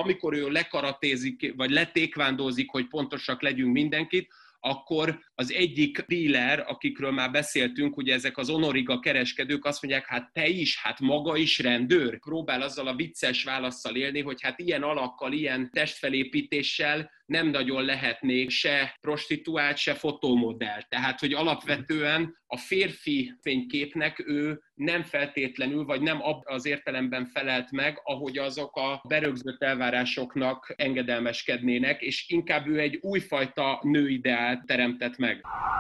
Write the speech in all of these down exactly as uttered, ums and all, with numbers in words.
amikor ő lekaratézik, vagy letékvándozik, hogy pontosak legyünk mindenkit, akkor az egyik díler, akikről már beszéltünk, ugye ezek az onoriga kereskedők azt mondják, hát te is, hát maga is rendőr. Próbál azzal a vicces válasszal élni, hogy hát ilyen alakkal, ilyen testfelépítéssel nem nagyon lehetnék se prostituált, se fotómodell. Tehát, hogy alapvetően a férfi fényképnek ő nem feltétlenül, vagy nem az értelemben felelt meg, ahogy azok a berögzött elvárásoknak engedelmeskednének, és inkább ő egy újfajta nőideált teremtett meg.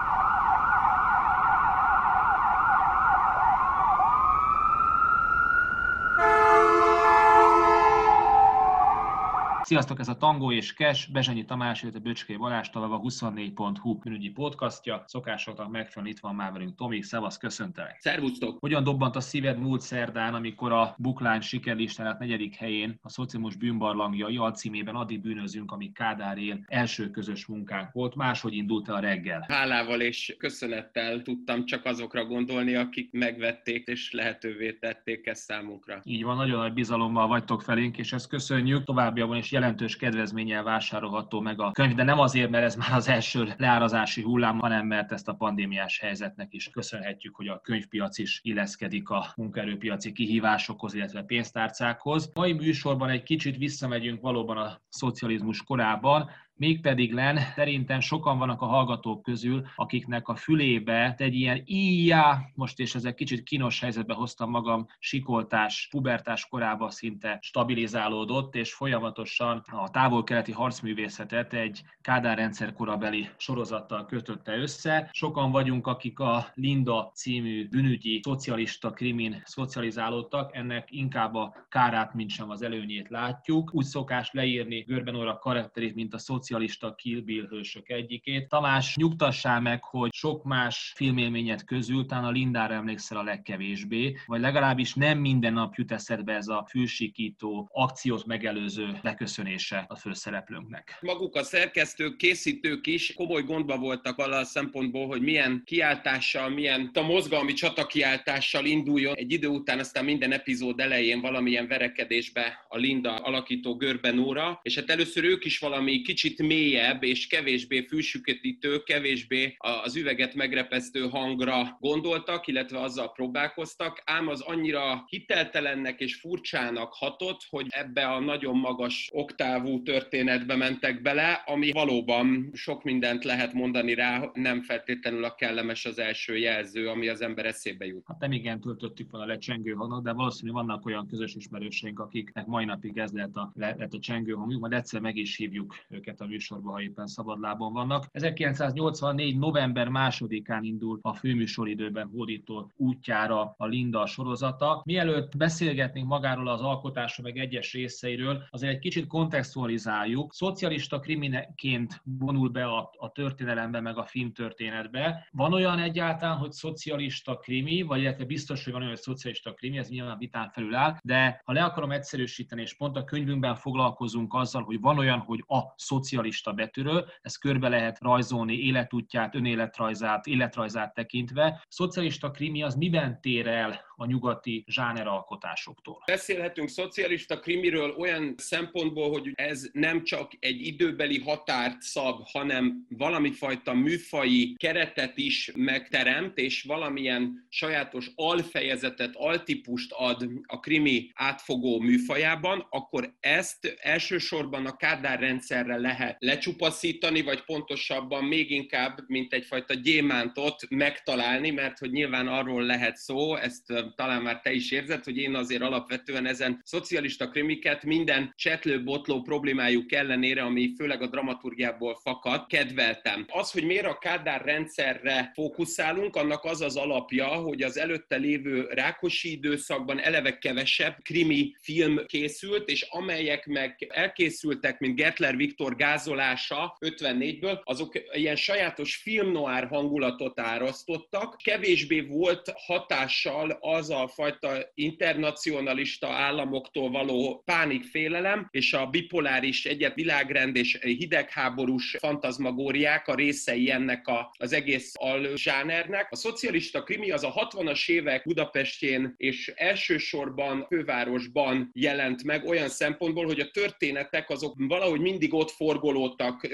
Sziasztok, ez a Tango és Cash, Bezsenyi Tamás, illetve Böcskei Balázs, a huszonnégy pont hu bűnügyi podcastja. Szokásoknak megfelelően itt van már velünk Tomi, szevasz, köszöntelek. Szervusztok! Hogyan dobbant a szíved múlt szerdán, amikor a Bookline sikerlistáját negyedik helyén a Szocializmus bűnbarlangjai alcímében Addig bűnözünk, amíg Kádár él első közös munkánk volt. Máshogy indult el a reggel? Hálával és köszönettel tudtam csak azokra gondolni, akik megvették és lehetővé tették ezt számunkra. Így van, nagyon nagy bizalommal vagytok felénk, és ezt köszönjük. Továbbiakban is jelentős kedvezménnyel vásárolható meg a könyv, de nem azért, mert ez már az első leárazási hullám, hanem mert ezt a pandémiás helyzetnek is köszönhetjük, hogy a könyvpiac is illeszkedik a munkaerőpiaci kihívásokhoz, illetve pénztárcákhoz. Mai műsorban egy kicsit visszamegyünk valóban a szocializmus korában, mégpedig len, szerintem sokan vannak a hallgatók közül, akiknek a fülébe egy ilyen íjjá, most és ezek kicsit kínos helyzetbe hoztam magam, sikoltás, pubertás korában szinte stabilizálódott, és folyamatosan a távol-keleti harcművészetet egy Kádár rendszer korabeli sorozattal kötötte össze. Sokan vagyunk, akik a Linda című bűnügyi szocialista krimin szocializálódtak, ennek inkább a kárát, mint sem az előnyét látjuk. Úgy szokás leírni Görben Nóra karakterét, mint a szocialista Kill Bill hősök egyikét. Tamás, nyugtassál meg, hogy sok más filmélményed közül talán a Lindára emlékszel a legkevésbé, vagy legalábbis nem minden nap jut eszedbe ez a fülsikító, akciót megelőző leköszönése a főszereplőnknek. Maguk a szerkesztők, készítők is komoly gondba voltak vele a szempontból, hogy milyen kiáltással, milyen a mozgalmi csatakiáltással induljon. Egy idő után aztán minden epizód elején valamilyen verekedésbe a Linda alakító Görben Nóra, és hát először ők is valami kicsit mélyebb és kevésbé fülsüketítő, kevésbé az üveget megrepesztő hangra gondoltak, illetve azzal próbálkoztak, ám az annyira hiteltelennek és furcsának hatott, hogy ebbe a nagyon magas oktávú történetbe mentek bele, ami valóban sok mindent lehet mondani rá, nem feltétlenül a kellemes az első jelző, ami az ember eszébe jut. Hát nem igen töltöttük volna le csengő hangot, de valószínűleg vannak olyan közös ismerőseink, akiknek mai napig ez lehet a, lehet a csengő hangjuk, majd egyszer meg is hívjuk őket a műsorba, ha éppen szabadlábon vannak. ezerkilencszáznyolcvannégy. november másodikán indul a főműsoridőben hódító útjára a Linda sorozata. Mielőtt beszélgetnénk magáról az alkotásról, meg egyes részeiről, azért egy kicsit kontextualizáljuk. Szocialista krimineként vonul be a, a történelembe, meg a filmtörténetbe. Van olyan egyáltalán, hogy szocialista krimi, vagy illetve biztos, hogy van olyan, hogy szocialista krimi, ez nyilván vitán felül áll, de ha le akarom egyszerűsíteni, és pont a könyvünkben foglalkozunk azzal, hogy van olyan, hogy a szocialista betűről, ezt körbe lehet rajzolni életútját, önéletrajzát, életrajzát tekintve. Szocialista krimi az miben tér el a nyugati zsáneralkotásoktól? Beszélhetünk szocialista krimiről olyan szempontból, hogy ez nem csak egy időbeli határt szab, hanem valami fajta műfaji keretet is megteremt, és valamilyen sajátos alfejezetet, altípust ad a krimi átfogó műfajában, akkor ezt elsősorban a Kádár rendszerre lehet lecsupaszítani, vagy pontosabban még inkább, mint egyfajta gyémántot megtalálni, mert hogy nyilván arról lehet szó, ezt talán már te is érzed, hogy én azért alapvetően ezen szocialista krimiket minden csetlő-botló problémájuk ellenére, ami főleg a dramaturgiából fakad, kedveltem. Az, hogy miért a Kádár rendszerre fókuszálunk, annak az az alapja, hogy az előtte lévő Rákosi időszakban eleve kevesebb krimi film készült, és amelyek meg elkészültek, mint Gertler Viktor vázolása ötvennégyből, azok ilyen sajátos filmnoir hangulatot árasztottak. Kevésbé volt hatással az a fajta internacionalista államoktól való pánikfélelem, és a bipoláris egyet világrend és hidegháborús fantazmagóriák a részei ennek a, az egész alzsánernek. A szocialista krimi az a hatvanas évek Budapestjén és elsősorban fővárosban jelent meg olyan szempontból, hogy a történetek azok valahogy mindig ott forgolódtak.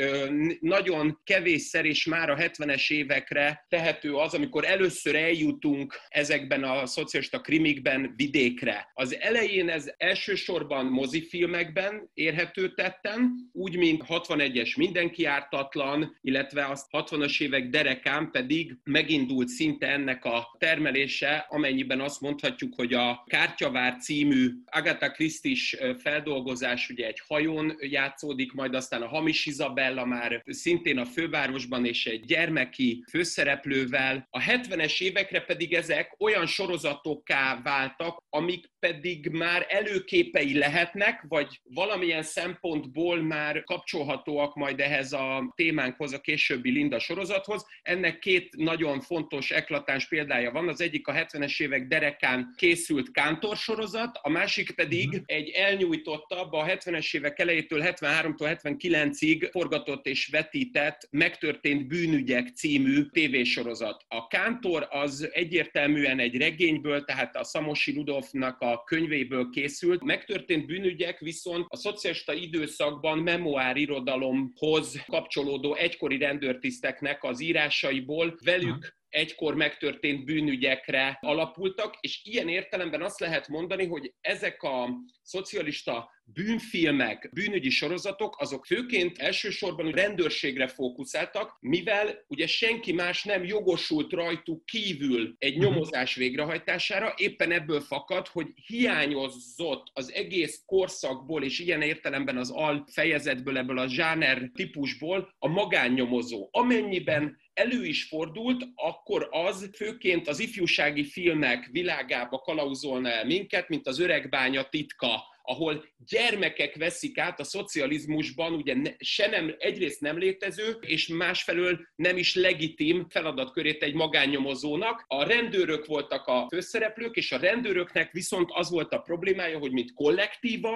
Nagyon kevésszer és már a hetvenes évekre tehető az, amikor először eljutunk ezekben a szocialista krimikben vidékre. Az elején ez elsősorban mozifilmekben érhető tetten, úgy, mint hatvanegyes Mindenki ártatlan, illetve a hatvanas évek derekán pedig megindult szinte ennek a termelése, amennyiben azt mondhatjuk, hogy a Kártyavár című Agatha Christie-s feldolgozás ugye egy hajón játszódik, majd aztán a Hamis Izabella már szintén a fővárosban és egy gyermeki főszereplővel. A hetvenes évekre pedig ezek olyan sorozatokká váltak, amik pedig már előképei lehetnek, vagy valamilyen szempontból már kapcsolhatóak majd ehhez a témánkhoz, a későbbi Linda sorozathoz. Ennek két nagyon fontos, eklatáns példája van. Az egyik a hetvenes évek derekán készült Kántor sorozat, a másik pedig uh-huh. egy elnyújtottabb, a hetvenes évek elejétől hetvenháromtól hetvenkilencig forgatott és vetített Megtörtént bűnügyek című tévésorozat. A Kántor az egyértelműen egy regényből, tehát a Szamosi Rudolfnak a könyvéből készült. Megtörtént bűnügyek viszont a szocialista időszakban memoárirodalomhoz kapcsolódó egykori rendőrtiszteknek az írásaiból velük egykor megtörtént bűnügyekre alapultak, és ilyen értelemben azt lehet mondani, hogy ezek a szocialista bűnfilmek, bűnügyi sorozatok, azok főként elsősorban a rendőrségre fókuszáltak, mivel ugye senki más nem jogosult rajtuk kívül egy nyomozás végrehajtására, éppen ebből fakad, hogy hiányozott az egész korszakból, és ilyen értelemben az alfejezetből, ebből a zsáner típusból a magánnyomozó. Amennyiben elő is fordult, akkor az főként az ifjúsági filmek világába kalauzolna el minket, mint az Öregbánya titka, ahol gyermekek veszik át a szocializmusban, ugye ne, se nem, egyrészt nem létező, és másfelől nem is legitim feladatkörét egy magánnyomozónak. A rendőrök voltak a főszereplők, és a rendőröknek viszont az volt a problémája, hogy mint kollektíva,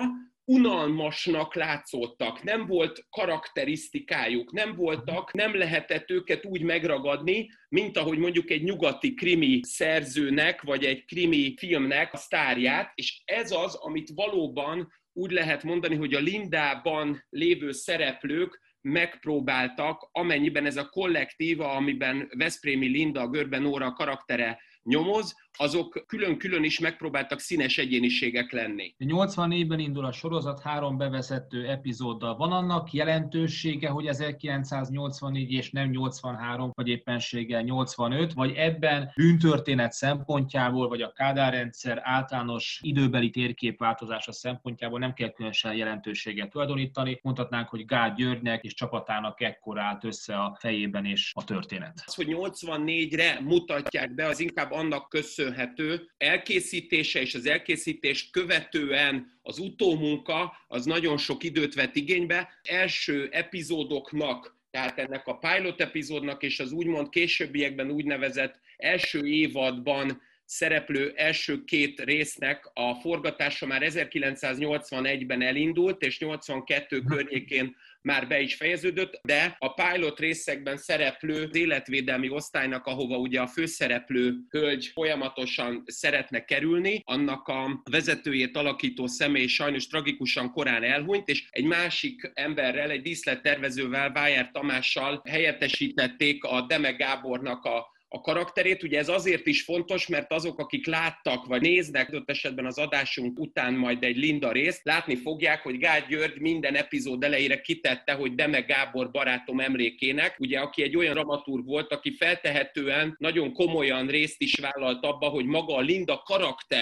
unalmasnak látszottak, nem volt karakterisztikájuk, nem voltak, nem lehetett őket úgy megragadni, mint ahogy mondjuk egy nyugati krimi szerzőnek, vagy egy krimi filmnek a sztárját, és ez az, amit valóban úgy lehet mondani, hogy a Lindában lévő szereplők megpróbáltak, amennyiben ez a kollektíva, amiben Veszprémi Linda, a Görbe Nóra karaktere nyomoz, azok külön-külön is megpróbáltak színes egyéniségek lenni. nyolcvannégyben indul a sorozat, három bevezető epizóddal. Van annak jelentősége, hogy ezerkilencszáznyolcvannégy és nem nyolcvanhárom, vagy éppenséggel nyolcvanöt, vagy ebben bűntörténet szempontjából, vagy a Kádár-rendszer általános időbeli térképváltozása szempontjából nem kell különösen jelentőséget tulajdonítani. Mondhatnánk, hogy Gál Györgynek és csapatának ekkor állt össze a fejében és a történet. Az, hogy nyolcvannégyre mutatják be, az inkább annak köszönhető. Elkészítése és az elkészítést követően az utómunka az nagyon sok időt vett igénybe. Első epizódoknak, tehát ennek a pilot epizódnak és az úgymond későbbiekben úgynevezett első évadban szereplő első két résznek a forgatása már ezerkilencszáznyolcvanegyben elindult, és nyolcvankettő környékén már be is fejeződött, de a pilot részekben szereplő az életvédelmi osztálynak, ahova ugye a főszereplő hölgy folyamatosan szeretne kerülni, annak a vezetőjét alakító személy sajnos tragikusan korán elhunyt, és egy másik emberrel, egy díszlettervezővel, Vájer Tamással helyettesítették a Deme Gábornak a a karakterét. Ugye ez azért is fontos, mert azok, akik láttak, vagy néznek adott esetben az adásunk után majd egy Linda részt, látni fogják, hogy Gál György minden epizód elejére kitette, hogy Deme Gábor barátom emlékének, ugye aki egy olyan dramaturg volt, aki feltehetően nagyon komolyan részt is vállalt abba, hogy maga a Linda karakter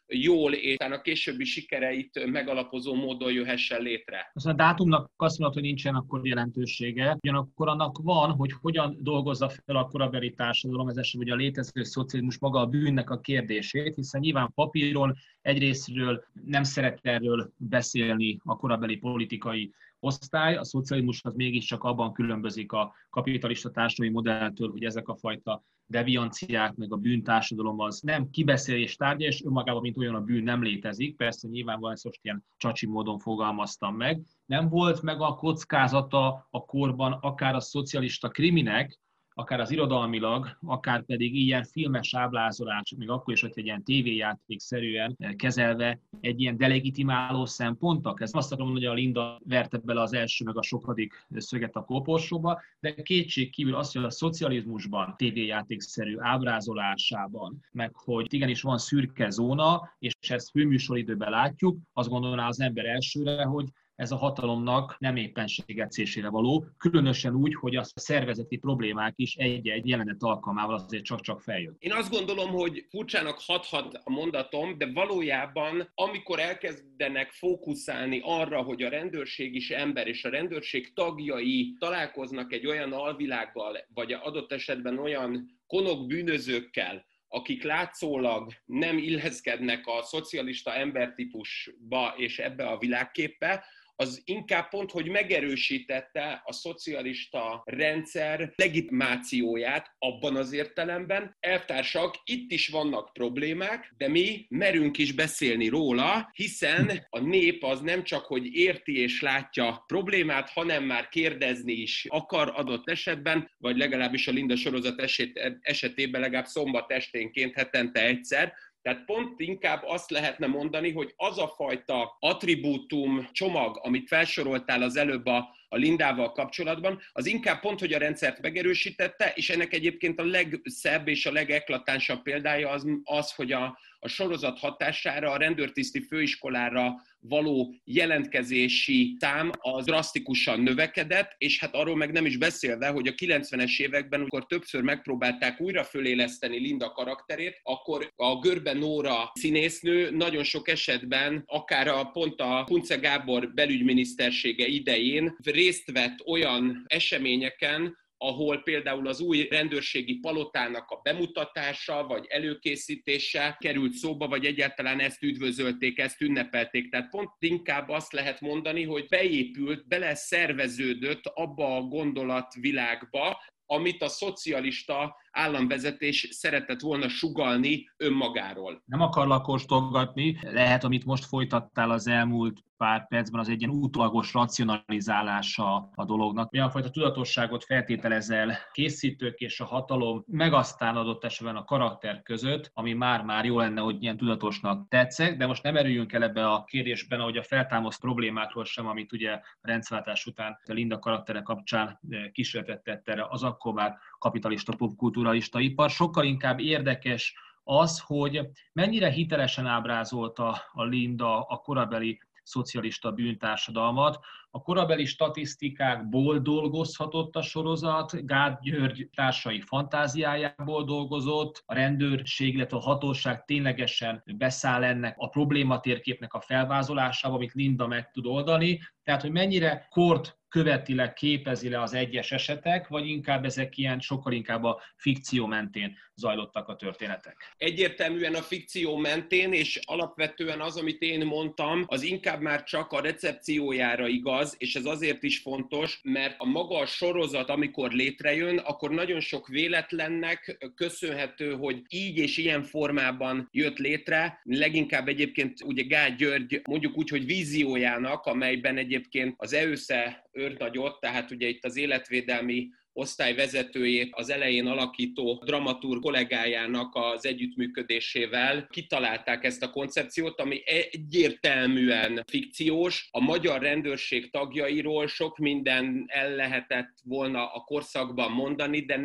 jól, és a későbbi sikereit megalapozó módon jöhessen létre. A dátumnak azt mondod, hogy nincsen akkor jelentősége, ugyanakkor annak van, hogy hogyan dolgozza fel a korabeli társadalom, ez esetben a létező szocializmus maga a bűnnek a kérdését, hiszen nyilván papíron egyrésztről nem szeret erről beszélni a korabeli politikai osztály, a szocializmus az mégiscsak abban különbözik a kapitalista társadalmi modelltől, hogy ezek a fajta devianciák, meg a bűntársadalom az nem kibeszélés tárgya, és önmagában, mint olyan a bűn nem létezik. Persze nyilvánvalóan ezt most ilyen csacsi módon fogalmaztam meg. Nem volt meg a kockázata a korban akár a szocialista kriminek, akár az irodalmilag, akár pedig ilyen filmes ábrázolás, még akkor is, hogy egy ilyen tévéjátékszerűen kezelve egy ilyen delegitimáló szempontnak. Ez azt akarom mondani, hogy a Linda verte bele az első, meg a sokadik szöget a koporsóba, de kétség kívül az, hogy a szocializmusban, tévéjátékszerű ábrázolásában, meg hogy igenis van szürke zóna, és ezt főműsoridőben látjuk, azt gondolná az ember elsőre, hogy ez a hatalomnak nem éppenségetszésére való, különösen úgy, hogy a szervezeti problémák is egy-egy jelenet alkalmával azért csak-csak feljön. Én azt gondolom, hogy furcsának hathat a mondatom, de valójában, amikor elkezdenek fókuszálni arra, hogy a rendőrség is ember, és a rendőrség tagjai találkoznak egy olyan alvilággal, vagy adott esetben olyan konok bűnözőkkel, akik látszólag nem illeszkednek a szocialista embertípusba és ebbe a világképbe, az inkább pont, hogy megerősítette a szocialista rendszer legitimációját abban az értelemben. Elvtársak, itt is vannak problémák, de mi merünk is beszélni róla, hiszen a nép az nem csak, hogy érti és látja problémát, hanem már kérdezni is akar adott esetben, vagy legalábbis a Linda sorozat esetében legalább szombat esténként hetente egyszer. Tehát pont inkább azt lehetne mondani, hogy az a fajta attribútum csomag, amit felsoroltál az előbb a, a Lindával kapcsolatban, az inkább pont, hogy a rendszert megerősítette, és ennek egyébként a legszebb és a legeklatánsabb példája az, az hogy a, a sorozat hatására a rendőrtiszti főiskolára való jelentkezési szám az drasztikusan növekedett, és hát arról meg nem is beszélve, hogy a kilencvenes években, amikor többször megpróbálták újra föléleszteni Linda karakterét, akkor a Görbe Nóra színésznő nagyon sok esetben, akár a, pont a Kunce Gábor belügyminisztersége idején részt vett olyan eseményeken, ahol például az új rendőrségi palotának a bemutatása vagy előkészítése került szóba, vagy egyáltalán ezt üdvözölték, ezt ünnepelték. Tehát pont inkább azt lehet mondani, hogy beépült, beleszerveződött abba a gondolatvilágba, amit a szocialista államvezetés szeretett volna sugallni önmagáról. Nem akarlak kóstolgatni, lehet, amit most folytattál az elmúlt pár percben, az egy ilyen utólagos racionalizálása a dolognak. Olyan fajta tudatosságot feltételezel készítők és a hatalom, meg aztán adott esetben a karakter között, ami már-már jó lenne, hogy ilyen tudatosnak tetszek, de most nem erüljünk el ebbe a kérdésben, ahogy a feltámaszt problémákról sem, amit ugye a rendszerváltás után a Linda karaktere kapcsán kísérletet tett erre az akkor már kapitalista popkulturalista ipar. Sokkal inkább érdekes az, hogy mennyire hitelesen ábrázolta a Linda a korabeli szocialista bűntársadalmat. A korabeli statisztikákból dolgozhatott a sorozat, Gáth György társai fantáziájából dolgozott, a rendőrség, illetve a hatóság ténylegesen beszáll ennek a problématérképnek a felvázolásába, amit Linda meg tud oldani. Tehát, hogy mennyire kort követileg képezi le az egyes esetek, vagy inkább ezek ilyen sokkal inkább a fikció mentén zajlottak a történetek? Egyértelműen a fikció mentén, és alapvetően az, amit én mondtam, az inkább már csak a recepciójára igaz, és ez azért is fontos, mert a maga a sorozat, amikor létrejön, akkor nagyon sok véletlennek köszönhető, hogy így és ilyen formában jött létre, leginkább egyébként ugye Gáth György mondjuk úgy, hogy víziójának, amelyben egyébként az EÖSZE őrnagyot, tehát ugye itt az életvédelmi osztály vezetőjét az elején alakító dramaturg kollégájának az együttműködésével kitalálták ezt a koncepciót, ami egyértelműen fikciós. A magyar rendőrség tagjairól sok minden el lehetett volna a korszakban mondani, de nem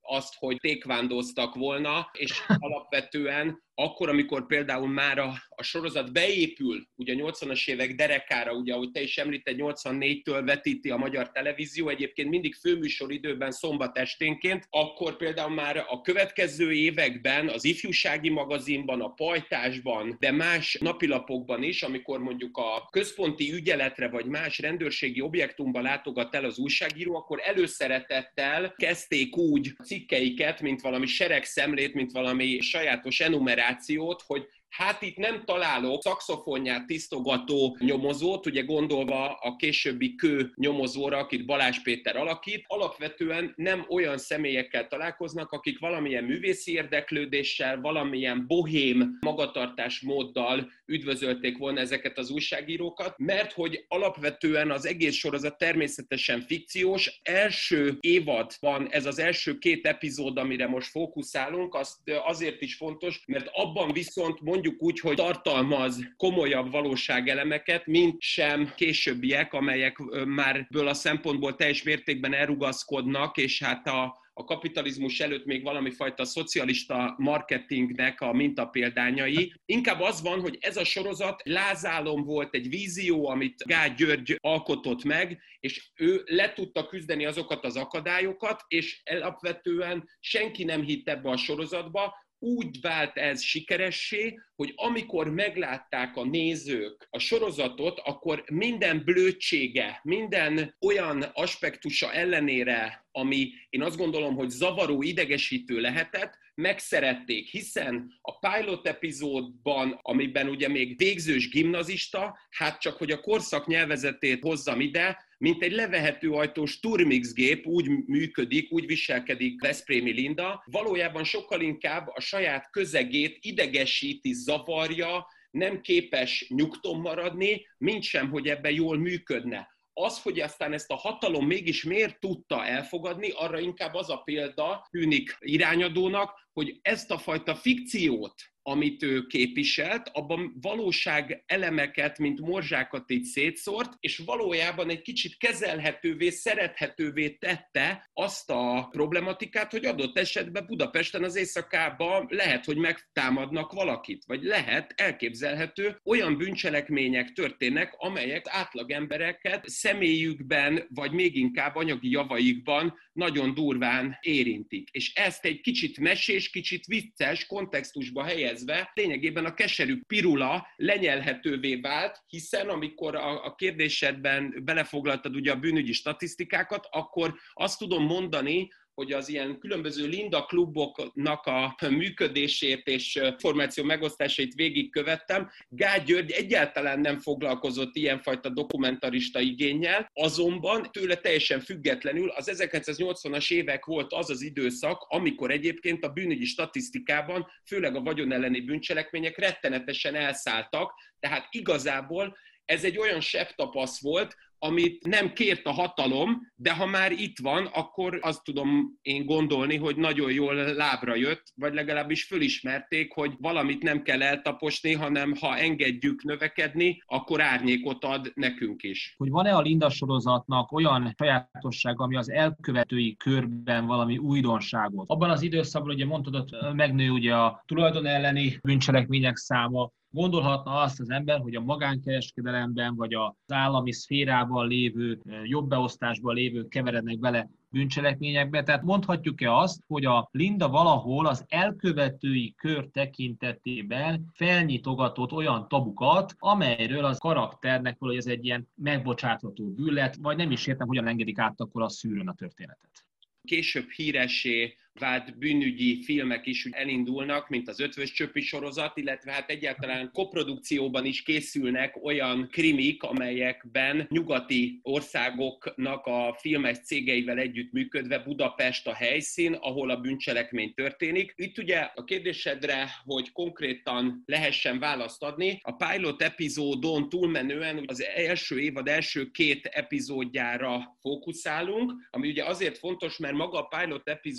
azt, hogy tékvándoztak volna, és alapvetően akkor, amikor például már a, a sorozat beépül, ugye a nyolcvanas évek derekára, ugye ahogy te is említed, nyolcvannégytől vetíti a magyar televízió, egyébként mindig főműsoridőben szombat esténként, akkor például már a következő években az ifjúsági magazinban, a Pajtásban, de más napilapokban is, amikor mondjuk a központi ügyeletre vagy más rendőrségi objektumba látogat el az újságíró, akkor előszeretettel kezdték úgy cikkeiket, mint valami seregszemlét, mint valami sajátos enumerációt, hogy hát itt nem találok szaxofonját tisztogató nyomozót, ugye gondolva a későbbi kő nyomozóra, akit Balázs Péter alakít. Alapvetően nem olyan személyekkel találkoznak, akik valamilyen művészi érdeklődéssel, valamilyen bohém magatartásmóddal üdvözölték volna ezeket az újságírókat, mert hogy alapvetően az egész sorozat természetesen fikciós. Első évad van, ez az első két epizód, amire most fókuszálunk, az azért is fontos, mert abban viszont mondjuk úgy, hogy tartalmaz komolyabb valóságelemeket, mint sem későbbiek, amelyek már ebből a szempontból teljes mértékben elrugaszkodnak, és hát a a kapitalizmus előtt még valami fajta szocialista marketingnek a mintapéldányai. Inkább az van, hogy ez a sorozat lázálom volt, egy vízió, amit Gágy György alkotott meg, és ő le tudta küzdeni azokat az akadályokat, és alapvetően senki nem hitt ebbe a sorozatba. Úgy vált ez sikeressé, hogy amikor meglátták a nézők a sorozatot, akkor minden blödsége, minden olyan aspektusa ellenére, ami én azt gondolom, hogy zavaró, idegesítő lehetett, megszerették, hiszen a pilot epizódban, amiben ugye még végzős gimnazista, hát csak hogy a korszak nyelvezetét hozzam ide, mint egy levehető ajtós Turmix gép úgy működik, úgy viselkedik Veszprémi Linda, valójában sokkal inkább a saját közegét idegesíti, zavarja, nem képes nyugton maradni, mint sem, hogy ebben jól működne. Az, hogy aztán ezt a hatalom mégis miért tudta elfogadni, arra inkább az a példa tűnik irányadónak, hogy ezt a fajta fikciót, amit ő képviselt, abban valóság elemeket, mint morzsákat így szétszórt, és valójában egy kicsit kezelhetővé, szerethetővé tette azt a problematikát, hogy adott esetben Budapesten az éjszakában lehet, hogy megtámadnak valakit, vagy lehet, elképzelhető, olyan bűncselekmények történnek, amelyek átlagembereket személyükben, vagy még inkább anyagi javaikban nagyon durván érintik. És ezt egy kicsit mesés, kicsit vicces kontextusba helyezve, lényegében a keserű pirula lenyelhetővé vált, hiszen amikor a, a kérdésedben belefoglaltad ugye a bűnügyi statisztikákat, akkor azt tudom mondani, hogy az ilyen különböző Linda kluboknak a működését és információ megosztásait végigkövettem. Gágy György egyáltalán nem foglalkozott ilyenfajta dokumentarista igénnyel, azonban tőle teljesen függetlenül az ezerkilencszáznyolcvanas évek volt az az időszak, amikor egyébként a bűnügyi statisztikában, főleg a vagyon elleni bűncselekmények rettenetesen elszálltak, tehát igazából ez egy olyan sebtapasz volt, amit nem kért a hatalom, de ha már itt van, akkor azt tudom én gondolni, hogy nagyon jól lábra jött, vagy legalábbis fölismerték, hogy valamit nem kell eltaposni, hanem ha engedjük növekedni, akkor árnyékot ad nekünk is. Hogy van-e a Linda sorozatnak olyan sajátosság, ami az elkövetői körben valami újdonságot? Abban az időszakban, ugye mondtad, ott megnő ugye a tulajdon elleni bűncselekmények száma. Gondolhatna azt az ember, hogy a magánkereskedelemben vagy az állami szférában lévő, jobb beosztásban lévő keverednek bele bűncselekményekbe. Tehát mondhatjuk-e azt, hogy a Linda valahol az elkövetői kör tekintetében felnyitogatott olyan tabukat, amelyről az karakternek valahogy ez egy ilyen megbocsátható bűnlet, vagy nem is értem, hogyan engedik át akkor a szűrőn a történetet. Később híressé vált bűnügyi filmek is elindulnak, mint az Ötvös Csöpi sorozat, illetve hát egyáltalán koprodukcióban is készülnek olyan krimik, amelyekben nyugati országoknak a filmes cégeivel együttműködve Budapest a helyszín, ahol a bűncselekmény történik. Itt ugye a kérdésedre, hogy konkrétan lehessen választ adni, a pilot epizódon túlmenően az első évad első két epizódjára fókuszálunk, ami ugye azért fontos, mert maga a pilot epizód,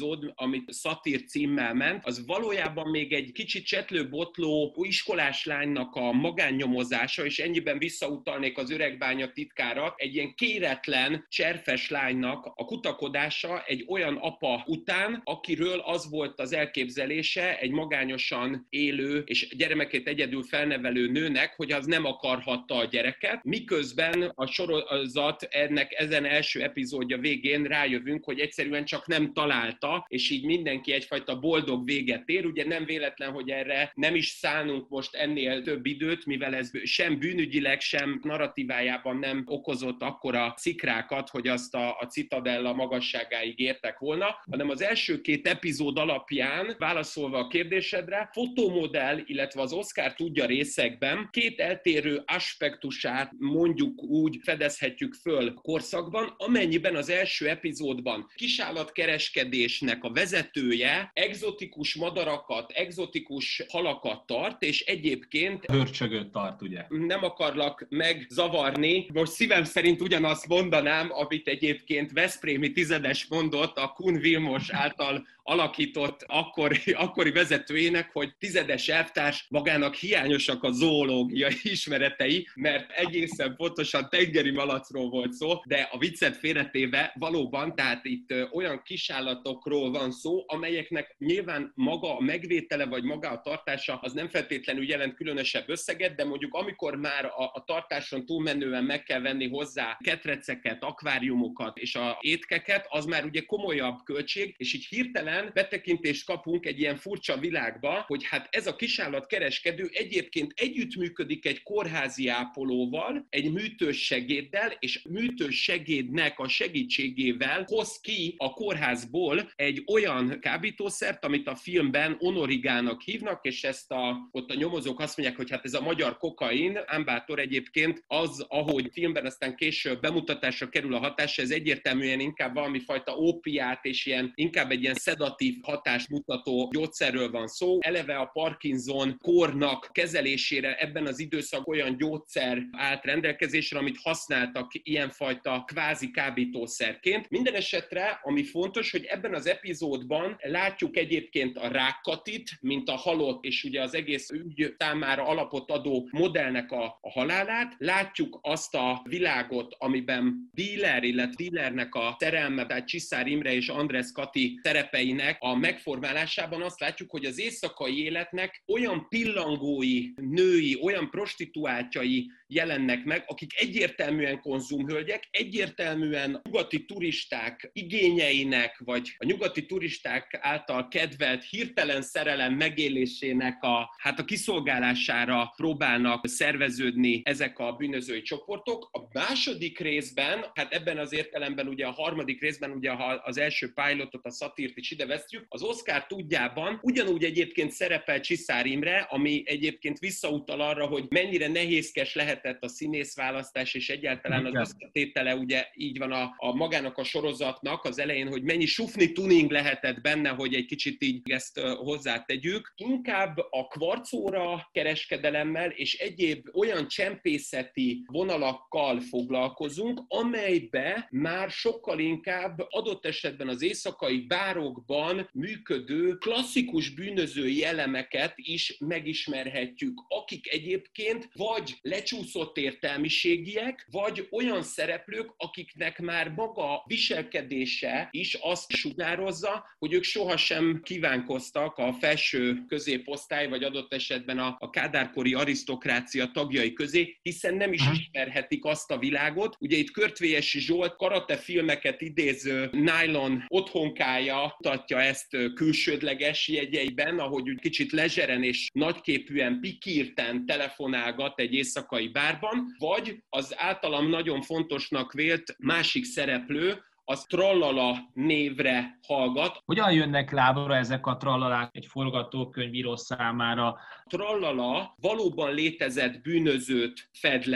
amit Szatír címmel ment, az valójában még egy kicsit csetlő-botló iskolás lánynak a magánnyomozása, és ennyiben visszautalnék az Öregbánya titkára, egy ilyen kéretlen, cserfes lánynak a kutakodása egy olyan apa után, akiről az volt az elképzelése egy magányosan élő és gyermekét egyedül felnevelő nőnek, hogy az nem akarhatta a gyereket, miközben a sorozat ennek ezen első epizódja végén rájövünk, hogy egyszerűen csak nem találta, és így mindenki egyfajta boldog véget ér. Ugye nem véletlen, hogy erre nem is szánunk most ennél több időt, mivel ez sem bűnügyileg, sem narratívájában nem okozott akkora szikrákat, hogy azt a, a Citadella magasságáig értek volna, hanem az első két epizód alapján, válaszolva a kérdésedre, fotomodell, illetve az Oscar tudja részekben két eltérő aspektusát mondjuk úgy fedezhetjük föl korszakban, amennyiben az első epizódban kisállatkereskedésnek a vezetője egzotikus madarakat, egzotikus halakat tart, és egyébként hörcsögöt tart, ugye? Nem akarlak megzavarni, most szívem szerint ugyanazt mondanám, amit egyébként veszprémi tizedes mondott a Kun Vilmos által alakított akkori, akkori vezetőjének, hogy tizedes elvtárs, magának hiányosak a zoológiai ismeretei, mert egészen pontosan tengeri malacról volt szó, de a viccet félretéve valóban, tehát itt olyan kisállatokról van szó, amelyeknek nyilván maga a megvétele, vagy maga a tartása, az nem feltétlenül jelent különösebb összeget, de mondjuk amikor már a, a tartáson túlmenően meg kell venni hozzá ketreceket, akváriumokat és a étkeket, az már ugye komolyabb költség, és így hirtelen betekintést kapunk egy ilyen furcsa világba, hogy hát ez a kisállatkereskedő egyébként együttműködik egy kórházi ápolóval, egy műtős segéddel, és műtős segédnek a segítségével hoz ki a kórházból egy olyan kábítószert, amit a filmben onorigának hívnak, és ezt a, ott a nyomozók azt mondják, hogy hát ez a magyar kokain, Ambátor egyébként az, ahogy filmben aztán később bemutatásra kerül a hatása, ez egyértelműen inkább valami fajta ópiát, és ilyen, inkább egy ilyen szedatív hatást mutató gyógyszerről van szó. Eleve a Parkinson kórnak kezelésére ebben az időszak olyan gyógyszer állt rendelkezésre, amit használtak ilyenfajta kvázi kábítószerként. Minden esetre, ami fontos, hogy ebben az epizódban látjuk egyébként a rákkatit, mint a halott, és ugye az egész ügy számára alapot adó modellnek a, a halálát. Látjuk azt a világot, amiben Dealer, illetve Dealernek a szerelme, tehát Csiszár Imre és András Kati szerepeinek a megformálásában azt látjuk, hogy az éjszakai életnek olyan pillangói, női, olyan prostituáltjai jelennek meg, akik egyértelműen konzumhölgyek, egyértelműen nyugati turisták igényeinek, vagy a nyugati turisták által kedvelt hirtelen szerelem megélésének a, hát a kiszolgálására próbálnak szerveződni ezek a bűnözői csoportok. A második részben, hát ebben az értelemben ugye a harmadik részben, ugye ha az első pilotot, a Szatírt is ide vesztjük, az Oscar tudjában ugyanúgy egyébként szerepel Csiszár Imre, ami egyébként visszautal arra, hogy mennyire nehézkes lehetett a színészválasztás, és egyáltalán az összetétele, ugye így van a, a magának a sorozatnak az elején, hogy mennyi sufni tuning lehetett benne, hogy egy kicsit így ezt hozzátegyük. Inkább a kvarcóra kereskedelemmel és egyéb olyan csempészeti vonalakkal foglalkozunk, amelybe már sokkal inkább adott esetben az éjszakai bárokban működő klasszikus bűnözői elemeket is megismerhetjük, akik egyébként vagy lecsúszott értelmiségiek, vagy olyan szereplők, akiknek már maga viselkedése is azt sugározza, hogy ők sohasem kívánkoztak a felső középosztály, vagy adott esetben a, a kádárkori arisztokrácia tagjai közé, hiszen nem is ismerhetik azt a világot. Ugye itt Körtvélyesi Zsolt karate filmeket idéző nylon otthonkája mutatja ezt külsődleges jegyeiben, ahogy úgy kicsit lezseren és nagyképűen, pikírten telefonálgat egy éjszakai bárban, vagy az általam nagyon fontosnak vélt másik szereplő, az Trallala névre hallgat. Hogyan jönnek lábra ezek a trallalák egy forgatókönyvíró számára? Trallala valóban létezett bűnözőt fed le,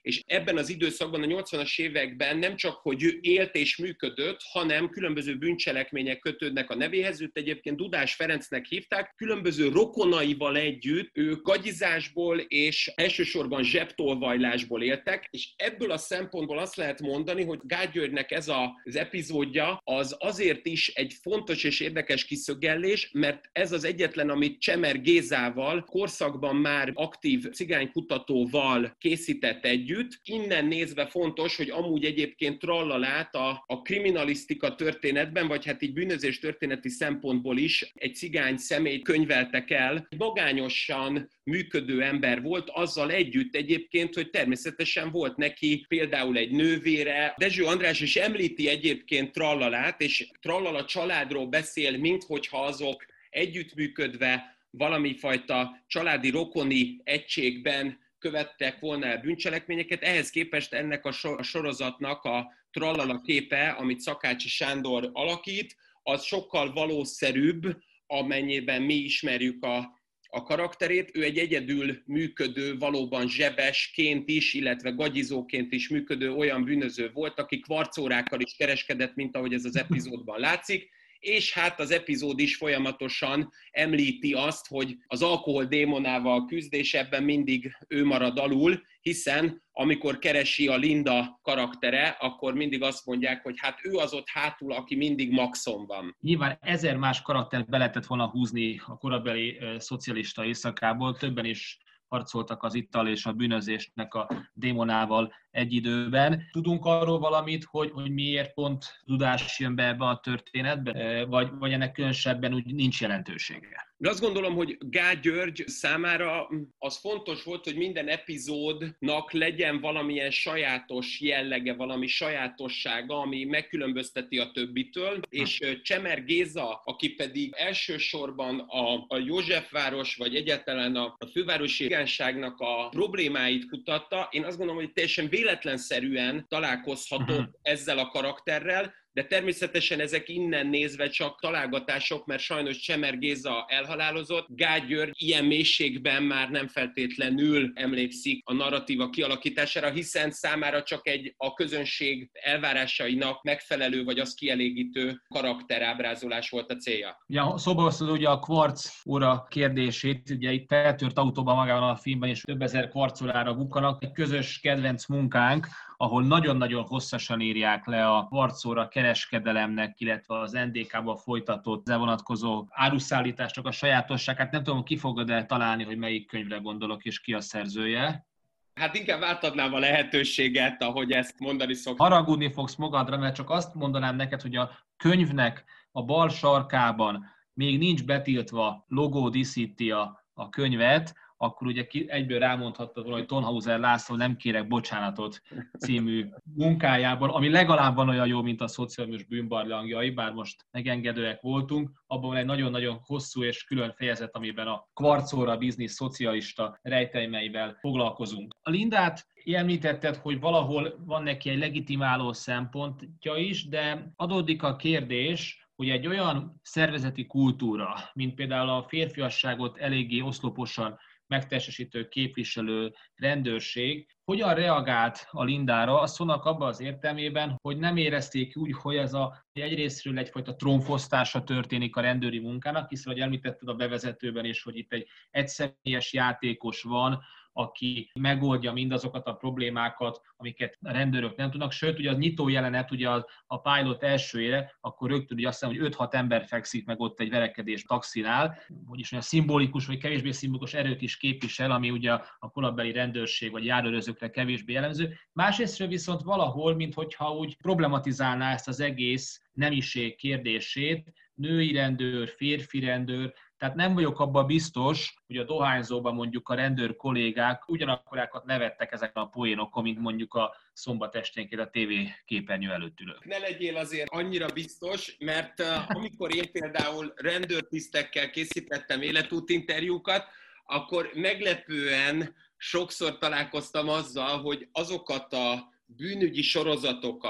és ebben az időszakban, a nyolcvanas években nem csak, hogy ő élt és működött, hanem különböző bűncselekmények kötődnek a nevéhez. Őt egyébként Dudás Ferencnek hívták, különböző rokonaival együtt ők gagyizásból és elsősorban zsebtolvajlásból éltek, és ebből a szempontból azt lehet mondani, hogy Gál Györgynek ez az epizódja az azért is egy fontos és érdekes kiszögellés, mert ez az egyetlen, amit Csemer Gézával, korszakban már aktív cigánykutatóval készített együtt. Innen nézve fontos, hogy amúgy egyébként trallalát a, a kriminalisztika történetben, vagy hát így bűnözés történeti szempontból is egy cigány személyt könyveltek el. Magányosan működő ember volt, azzal együtt egyébként, hogy természetesen volt neki például egy nővére. Dezső András is említi egyébként Trallalát, és Trallala családról beszél, minthogyha azok együttműködve valami fajta családi rokoni egységben követtek volna el bűncselekményeket. Ehhez képest ennek a sorozatnak a Trallala képe, amit Szakácsi Sándor alakít, az sokkal valószerűbb, amennyiben mi ismerjük a a karakterét. Ő egy egyedül működő, valóban zsebesként is, illetve gagyizóként is működő olyan bűnöző volt, aki kvarcórákkal is kereskedett, mint ahogy ez az epizódban látszik, és hát az epizód is folyamatosan említi azt, hogy az alkohol démonával küzd, és ebben mindig ő marad alul, hiszen amikor keresi a Linda karaktere, akkor mindig azt mondják, hogy hát ő az ott hátul, aki mindig maxon van. Nyilván ezer más karaktert be lehetett volna húzni a korabeli uh, szocialista éjszakából, többen is harcoltak az ittal és a bűnözésnek a démonával egy időben. Tudunk arról valamit, hogy, hogy miért pont Dudás jön be ebbe a történetbe, vagy, vagy ennek különösebben úgy nincs jelentősége? De azt gondolom, hogy Gál György számára az fontos volt, hogy minden epizódnak legyen valamilyen sajátos jellege, valami sajátossága, ami megkülönbözteti a többitől, és Csemer Géza, aki pedig elsősorban a, a Józsefváros, vagy egyáltalán a, a fővárosi cigányságnak a problémáit kutatta, én azt gondolom, hogy teljesen véletlenszerűen találkozhatott uh-huh. ezzel a karakterrel, de természetesen ezek innen nézve csak találgatások, mert sajnos Csemer Géza elhalálozott. Gál György ilyen mélységben már nem feltétlenül emlékszik a narratíva kialakítására, hiszen számára csak egy a közönség elvárásainak megfelelő, vagy az kielégítő karakterábrázolás volt a célja. Ja, szóba hoztad ugye a kvarc óra kérdését, ugye itt feltört autóban magában a filmben, és több ezer kvarcórára bukkanak. Egy közös kedvenc munkánk, ahol nagyon-nagyon hosszasan írják le a kvarcóra kereskedelemnek, illetve az en dé ká-ban folytatott vonatkozó áruszállításnak a sajátosságát. Nem tudom, ki fogod el találni, hogy melyik könyvre gondolok, és ki a szerzője. Hát inkább átadnám a lehetőséget, ahogy ezt mondani szoktam. Haragudni fogsz magadra, mert csak azt mondanám neked, hogy a könyvnek a bal sarkában még nincs betiltva, logó díszíti a, a könyvet, akkor ugye egyből rámondhattad volna, hogy Tonhauser László Nem kérek bocsánatot című munkájában, ami legalább van olyan jó, mint a Szocializmus bűnbarlangjai, bár most megengedőek voltunk. Abban van egy nagyon-nagyon hosszú és külön fejezet, amiben a kvarcóra biznisz szocialista rejtelmeivel foglalkozunk. A Lindát említetted, hogy valahol van neki egy legitimáló szempontja is, de adódik a kérdés, hogy egy olyan szervezeti kultúra, mint például a férfiasságot eléggé oszloposan megtestesítő képviselő rendőrség, hogyan reagált a Lindára, azt mondnak abban az értelmében, hogy nem érezték úgy, hogy ez a, egyrésztről egyfajta trónfosztása történik a rendőri munkának, hiszen, hogy említetted a bevezetőben is, hogy itt egy egyszemélyes játékos van, aki megoldja mindazokat a problémákat, amiket a rendőrök nem tudnak. Sőt, ugye az nyitó jelenet, ugye a, a pilot elsőjére, akkor rögtön ugye azt hiszem, hogy öt-hat ember fekszik meg ott egy verekedés taxinál, vagyis olyan szimbolikus vagy kevésbé szimbolikus erőt is képvisel, ami ugye a korabeli rendőrség vagy járőrözőkre kevésbé jellemző. Másrésztről viszont valahol, minthogyha úgy problematizálná ezt az egész nemiség kérdését, női rendőr, férfi rendőr, tehát nem vagyok abban biztos, hogy a dohányzóban mondjuk a rendőr kollégák ugyanakkorákat nevettek ezeken a poénokon, mint mondjuk a szombat esténként a tévé képernyő előtt ülők. Ne legyél azért annyira biztos, mert amikor én például rendőrtisztekkel készítettem életútinterjúkat, akkor meglepően sokszor találkoztam azzal, hogy azokat a bűnügyi sorozatokat,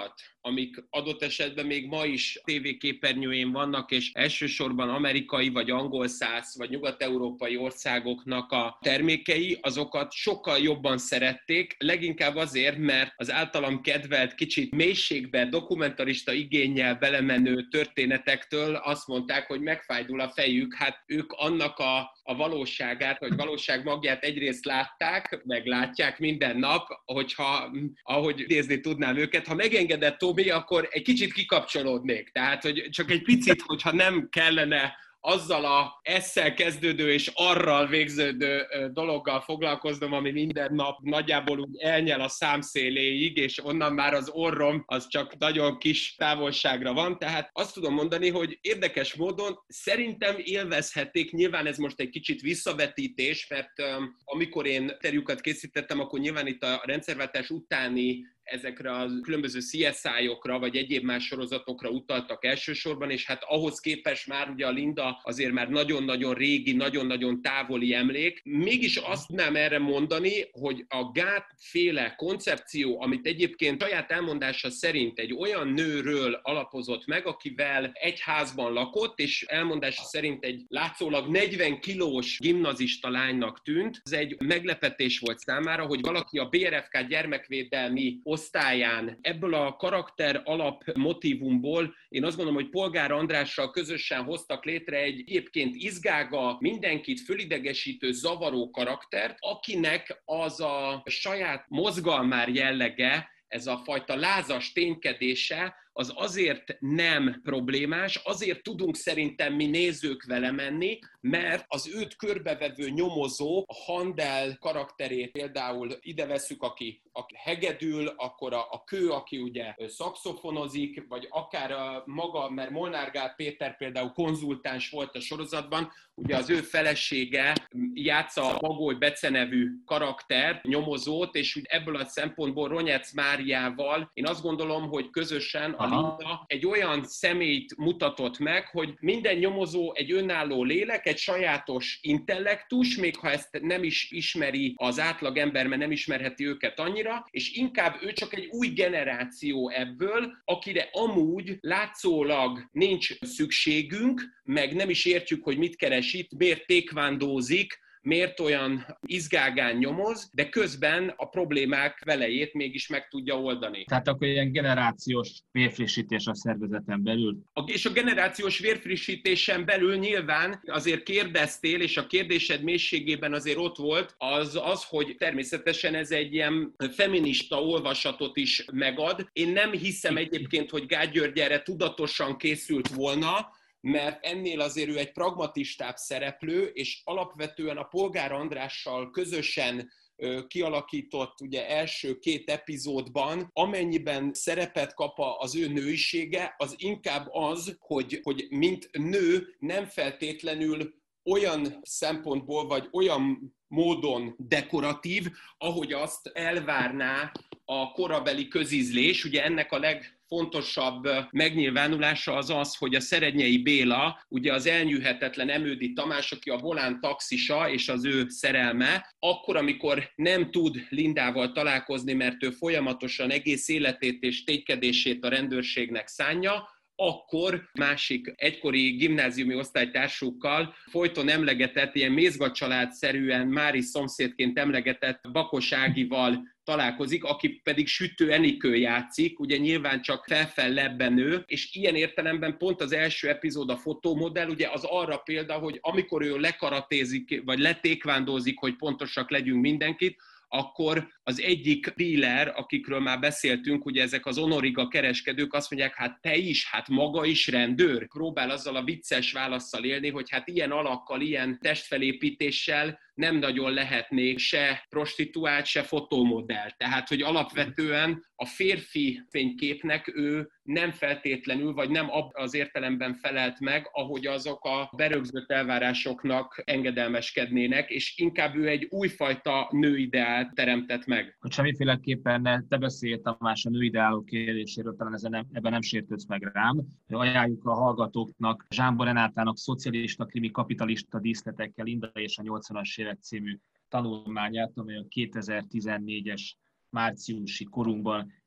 amik adott esetben még ma is tévéképernyőjén vannak, és elsősorban amerikai, vagy angol száz, vagy nyugat-európai országoknak a termékei, azokat sokkal jobban szerették, leginkább azért, mert az általam kedvelt kicsit mélységbe, dokumentarista igénnyel belemenő történetektől azt mondták, hogy megfájdul a fejük, hát ők annak a, a valóságát, vagy valóság magját egyrészt látták, meg látják minden nap, hogyha, ahogy idézni tudnám őket, ha megengedett Tomi, akkor egy kicsit kikapcsolódnék. Tehát, hogy csak egy picit, hogyha nem kellene azzal a esszel kezdődő és arral végződő dologgal foglalkoznom, ami minden nap nagyjából úgy elnyel a számszéléig, és onnan már az orrom az csak nagyon kis távolságra van. Tehát azt tudom mondani, hogy érdekes módon szerintem élvezhették, nyilván ez most egy kicsit visszavetítés, mert amikor én interjúkat készítettem, akkor nyilván itt a rendszerváltás utáni ezekre a különböző C S I-okra, vagy egyéb más sorozatokra utaltak elsősorban, és hát ahhoz képest már ugye a Linda azért már nagyon-nagyon régi, nagyon-nagyon távoli emlék. Mégis azt nem erre mondani, hogy a Gát-féle koncepció, amit egyébként saját elmondása szerint egy olyan nőről alapozott meg, akivel egy házban lakott, és elmondása szerint egy látszólag negyven kilós gimnazista lánynak tűnt. Ez egy meglepetés volt számára, hogy valaki a bé er ef ká gyermekvédelmi osztályán ebből a karakter alap motívumból én azt gondolom, hogy Polgár Andrással közösen hoztak létre egy egyébként izgága, mindenkit fölidegesítő, zavaró karaktert, akinek az a saját mozgalmár jellege, ez a fajta lázas ténykedése, az azért nem problémás, azért tudunk szerintem mi nézők vele menni, mert az őt körbevevő nyomozó, a Handel karakterét például ide vesszük, aki, aki hegedül, akkor a, a Kő, aki ugye szaxofonozik, vagy akár a maga, mert Molnár Gál Péter például konzultáns volt a sorozatban, ugye az ő felesége játsza a Bagoly Bece nevű karaktert, nyomozót, és úgy ebből a szempontból Ronyec Máriával én azt gondolom, hogy közösen a Linda egy olyan személyt mutatott meg, hogy minden nyomozó egy önálló lélek, egy sajátos intellektus, még ha ezt nem is ismeri az átlagember, mert nem ismerheti őket annyira, és inkább ő csak egy új generáció ebből, akire amúgy látszólag nincs szükségünk, meg nem is értjük, hogy mit keres itt, miért tékvándózik, miért olyan izgágán nyomoz, de közben a problémák velejét mégis meg tudja oldani. Tehát akkor ilyen generációs vérfrissítés a szervezeten belül? A, és a generációs vérfrissítésen belül nyilván azért kérdeztél, és a kérdésed mélységében azért ott volt, az az, hogy természetesen ez egy ilyen feminista olvasatot is megad. Én nem hiszem egyébként, hogy Gát György erre tudatosan készült volna, mert ennél azért ő egy pragmatistább szereplő, és alapvetően a Polgár Andrással közösen kialakított ugye első két epizódban, amennyiben szerepet kap az ő nőisége, az inkább az, hogy, hogy mint nő nem feltétlenül olyan szempontból, vagy olyan módon dekoratív, ahogy azt elvárná a korabeli közízlés. Ugye ennek a legfontosabb megnyilvánulása az az, hogy a Szerednyei Béla, ugye az elnyűhetetlen Emődi Tamás, aki a volán taxisa és az ő szerelme, akkor, amikor nem tud Lindával találkozni, mert ő folyamatosan egész életét és ténykedését a rendőrségnek szánja, akkor másik egykori gimnáziumi osztálytársukkal folyton emlegetett, ilyen mézgacsaládszerűen Mári szomszédként emlegetett Bakos Ágival találkozik, aki pedig Sütő Enikő játszik, ugye nyilván csak felfellebbenő, és ilyen értelemben pont az első epizód a fotómodell, ugye az arra példa, hogy amikor ő lekaratézik, vagy letékvándózik, hogy pontosak legyünk mindenkit, akkor az egyik dealer, akikről már beszéltünk, ugye ezek az onoriga kereskedők azt mondják, hát te is, hát maga is rendőr. Próbál azzal a vicces válasszal élni, hogy hát ilyen alakkal, ilyen testfelépítéssel nem nagyon lehetnék se prostituált, se fotómodell. Tehát, hogy alapvetően a férfi fényképnek ő nem feltétlenül, vagy nem az értelemben felelt meg, ahogy azok a berögzött elvárásoknak engedelmeskednének, és inkább ő egy újfajta nőideált teremtett meg. Hogy semmiféleképpen ne, te beszélj, Tamás, a nőideálok kérdéséről, talán ezen nem, ebben nem sértődsz meg rám. Ajánljuk a hallgatóknak Zsámbor Renátának Szocialista krimi kapitalista díszletekkel Linda és a nyolcvanas évek című tanulmányát, amely a kétezer-tizennégyes márciusi korunkban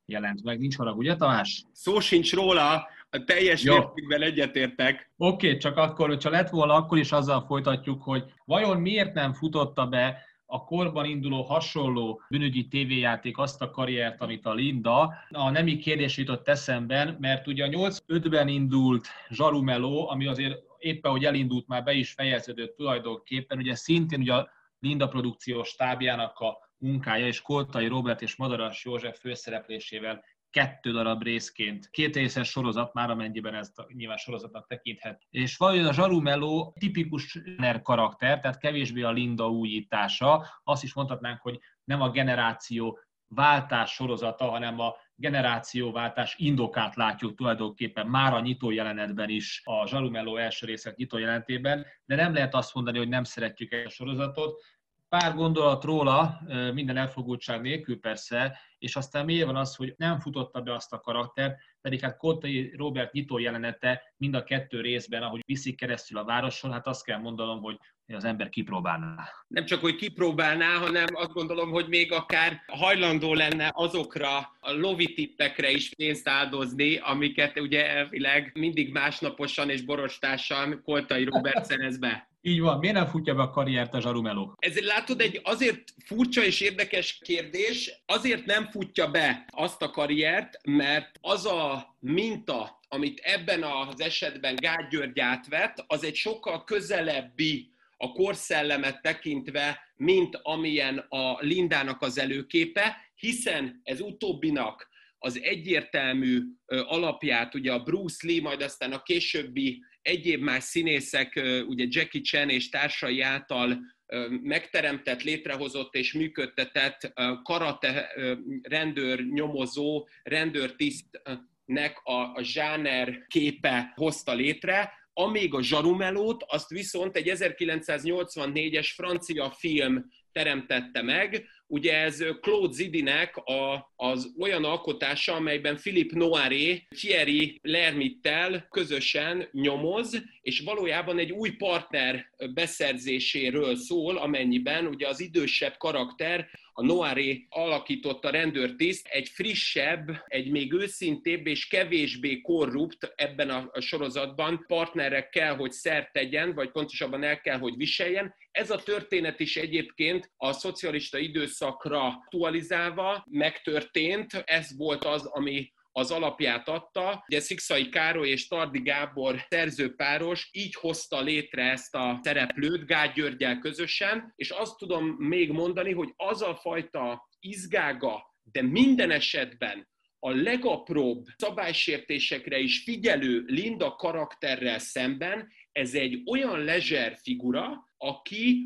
jelent meg. Nincs harag, ugye Tamás? Szó sincs róla, a teljes Jó. mértékben egyetértek. Oké, okay, csak akkor, hogyha lett volna, akkor is azzal folytatjuk, hogy vajon miért nem futotta be a korban induló hasonló bűnügyi tévéjáték azt a karriert, amit a Linda. A nemi kérdés jutott eszemben, mert ugye a nyolcvanötben indult Zsaru Meló, ami azért éppen, hogy elindult, már be is fejeződött tulajdonképpen, ugye szintén ugye a Linda produkciós stábjának a munkája, és Koltai Róbert és Madaras József főszereplésével kettő darab részként. Két részes sorozat már, amennyiben ezt nyilván sorozatnak tekinthet. És valójában a Zsaru Meló tipikus karakter, tehát kevésbé a Linda újítása. Azt is mondhatnánk, hogy nem a generáció váltás sorozata, hanem a generációváltás indokát látjuk tulajdonképpen már a nyitójelenetben is, a Zsaru Meló első részek nyitójelenetében, de nem lehet azt mondani, hogy nem szeretjük ezt a sorozatot. Pár gondolat róla, minden elfogultság nélkül persze, és aztán miért van az, hogy nem futotta be azt a karaktert, pedig hát Koltai Róbert nyitó jelenete mind a kettő részben, ahogy viszik keresztül a városon, hát azt kell mondanom, hogy az ember kipróbálná. Nem csak, hogy kipróbálná, hanem azt gondolom, hogy még akár hajlandó lenne azokra a lovitippekre is pénzt áldozni, amiket ugye elvileg mindig másnaposan és borostásan Koltai Róbert szerez be. Így van. Miért nem futja be a karriert a Zsaru Meló? Ez látod, egy azért furcsa és érdekes kérdés, azért nem futja be azt a karriert, mert az a minta, amit ebben az esetben Gáth György átvett, az egy sokkal közelebbi a korszellemet tekintve, mint amilyen a Lindának az előképe, hiszen ez utóbbinak az egyértelmű alapját, ugye a Bruce Lee, majd aztán a későbbi egyéb más színészek, ugye Jackie Chan és társai által megteremtett, létrehozott és működtetett karate rendőr nyomozó, rendőrtisztnek a, a zsáner képe hozta létre, amíg a Zsaru Melót, azt viszont egy ezerkilencszáznyolcvannégyes francia film teremtette meg. Ugye ez Claude Zidinek a, az olyan alkotása, amelyben Philippe Noiret, Thierry Lhermittel közösen nyomoz, és valójában egy új partner beszerzéséről szól, amennyiben ugye az idősebb karakter, a Noiret alakította rendőrtiszt, egy frissebb, egy még őszintébb és kevésbé korrupt ebben a sorozatban partnerek kell, hogy szert tegyen, vagy pontosabban el kell, hogy viseljen. Ez a történet is egyébként a szocialista időszakra aktualizálva megtörtént. Ez volt az, ami az alapját adta. Ugye Szikszai Károly és Tardy Gábor szerzőpáros így hozta létre ezt a szereplőt Gáth Györggyel közösen, és azt tudom még mondani, hogy az a fajta izgága, de minden esetben a legapróbb szabálysértésekre is figyelő Linda karakterrel szemben, ez egy olyan lezser figura, aki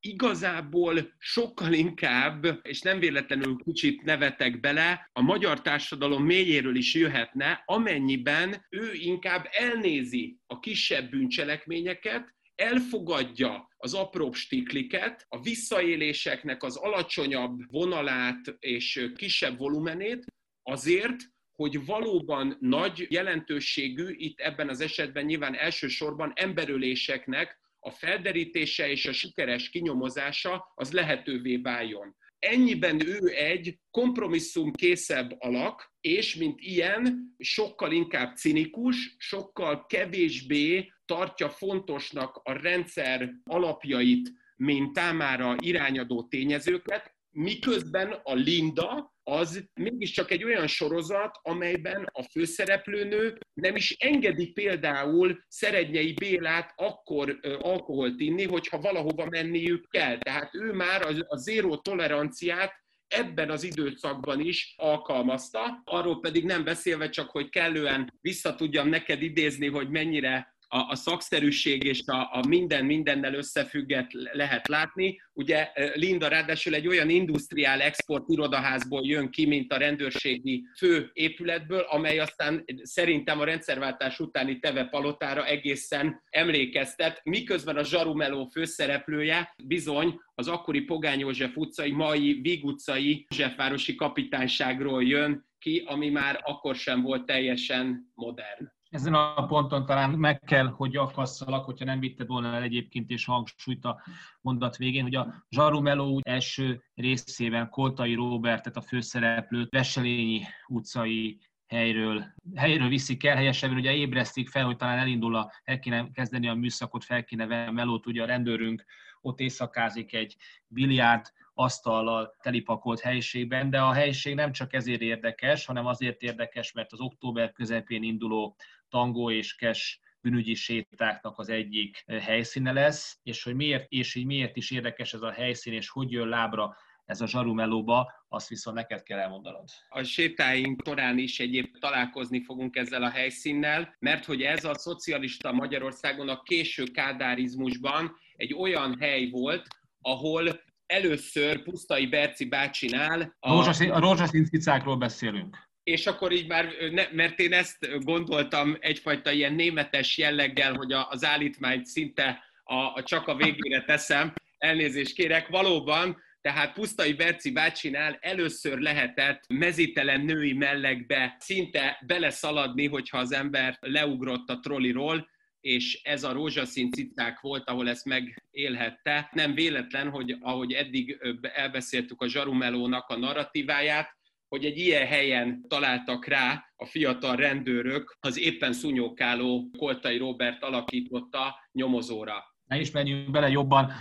igazából sokkal inkább, és nem véletlenül kicsit nevetek bele, a magyar társadalom mélyéről is jöhetne, amennyiben ő inkább elnézi a kisebb bűncselekményeket, elfogadja az apróbb stikliket, a visszaéléseknek az alacsonyabb vonalát és kisebb volumenét, azért, hogy valóban nagy jelentőségű, itt ebben az esetben nyilván elsősorban emberöléseknek a felderítése és a sikeres kinyomozása az lehetővé váljon. Ennyiben ő egy kompromisszumkészebb alak, és mint ilyen sokkal inkább cinikus, sokkal kevésbé tartja fontosnak a rendszer alapjait, mint támára irányadó tényezőket, miközben a Linda az mégiscsak egy olyan sorozat, amelyben a főszereplőnő nem is engedi például Szerednyei Bélát akkor ö, alkoholt inni, hogyha valahova menniük kell. Tehát ő már a, a zéró toleranciát ebben az időszakban is alkalmazta, arról pedig nem beszélve csak, hogy kellően vissza tudjam neked idézni, hogy mennyire a, a szakszerűség és a, a minden mindennel összefügget lehet látni. Ugye Linda ráadásul egy olyan industriál export irodaházból jön ki, mint a rendőrségi fő épületből, amely aztán szerintem a rendszerváltás utáni Teve palotára egészen emlékeztet, miközben a Zsaru Meló főszereplője bizony az akkori Pogány József utcai, mai Víg utcai Józsefvárosi kapitányságról jön ki, ami már akkor sem volt teljesen modern. Ezen a ponton talán meg kell, hogy akasszalak, hogyha nem vitted volna el egyébként és hangsúlyt a mondat végén, hogy a Zsaru Meló első részében Koltai Róbertet, a főszereplőt Veselényi utcai helyről, helyről viszik el, helyesebben ugye ébresztik fel, hogy talán elindul, a, el kéne kezdeni a műszakot, fel kéne venni Melót, ugye a rendőrünk ott éjszakázik egy biliárd asztallal telipakolt helyiségben, de a helyiség nem csak ezért érdekes, hanem azért érdekes, mert az október közepén induló tangó és kes bűnügyi sétáknak az egyik helyszíne lesz, és hogy miért, és így miért is érdekes ez a helyszín, és hogy jön lábra ez a Zsaru Melóba, azt viszont neked kell elmondanod. A sétáink során is egyéb találkozni fogunk ezzel a helyszínnel, mert hogy ez a szocialista Magyarországon a késő kádárizmusban egy olyan hely volt, ahol először Pusztai Berci bácsinál a... A rózsaszín cicákról beszélünk. És akkor így már, mert én ezt gondoltam egyfajta ilyen németes jelleggel, hogy az állítmányt szinte a, a csak a végére teszem, elnézést kérek, valóban, tehát Pusztai Berci bácsinál először lehetett mezítelen női mellegbe szinte beleszaladni, hogyha az ember leugrott a trolliról, és ez a rózsaszín cicák volt, ahol ezt megélhette. Nem véletlen, hogy ahogy eddig elbeszéltük a Zsaru Melónak a narratíváját, hogy egy ilyen helyen találtak rá a fiatal rendőrök az éppen szúnyókáló Koltai Róbert alakította nyomozóra. Ne is menjünk bele jobban,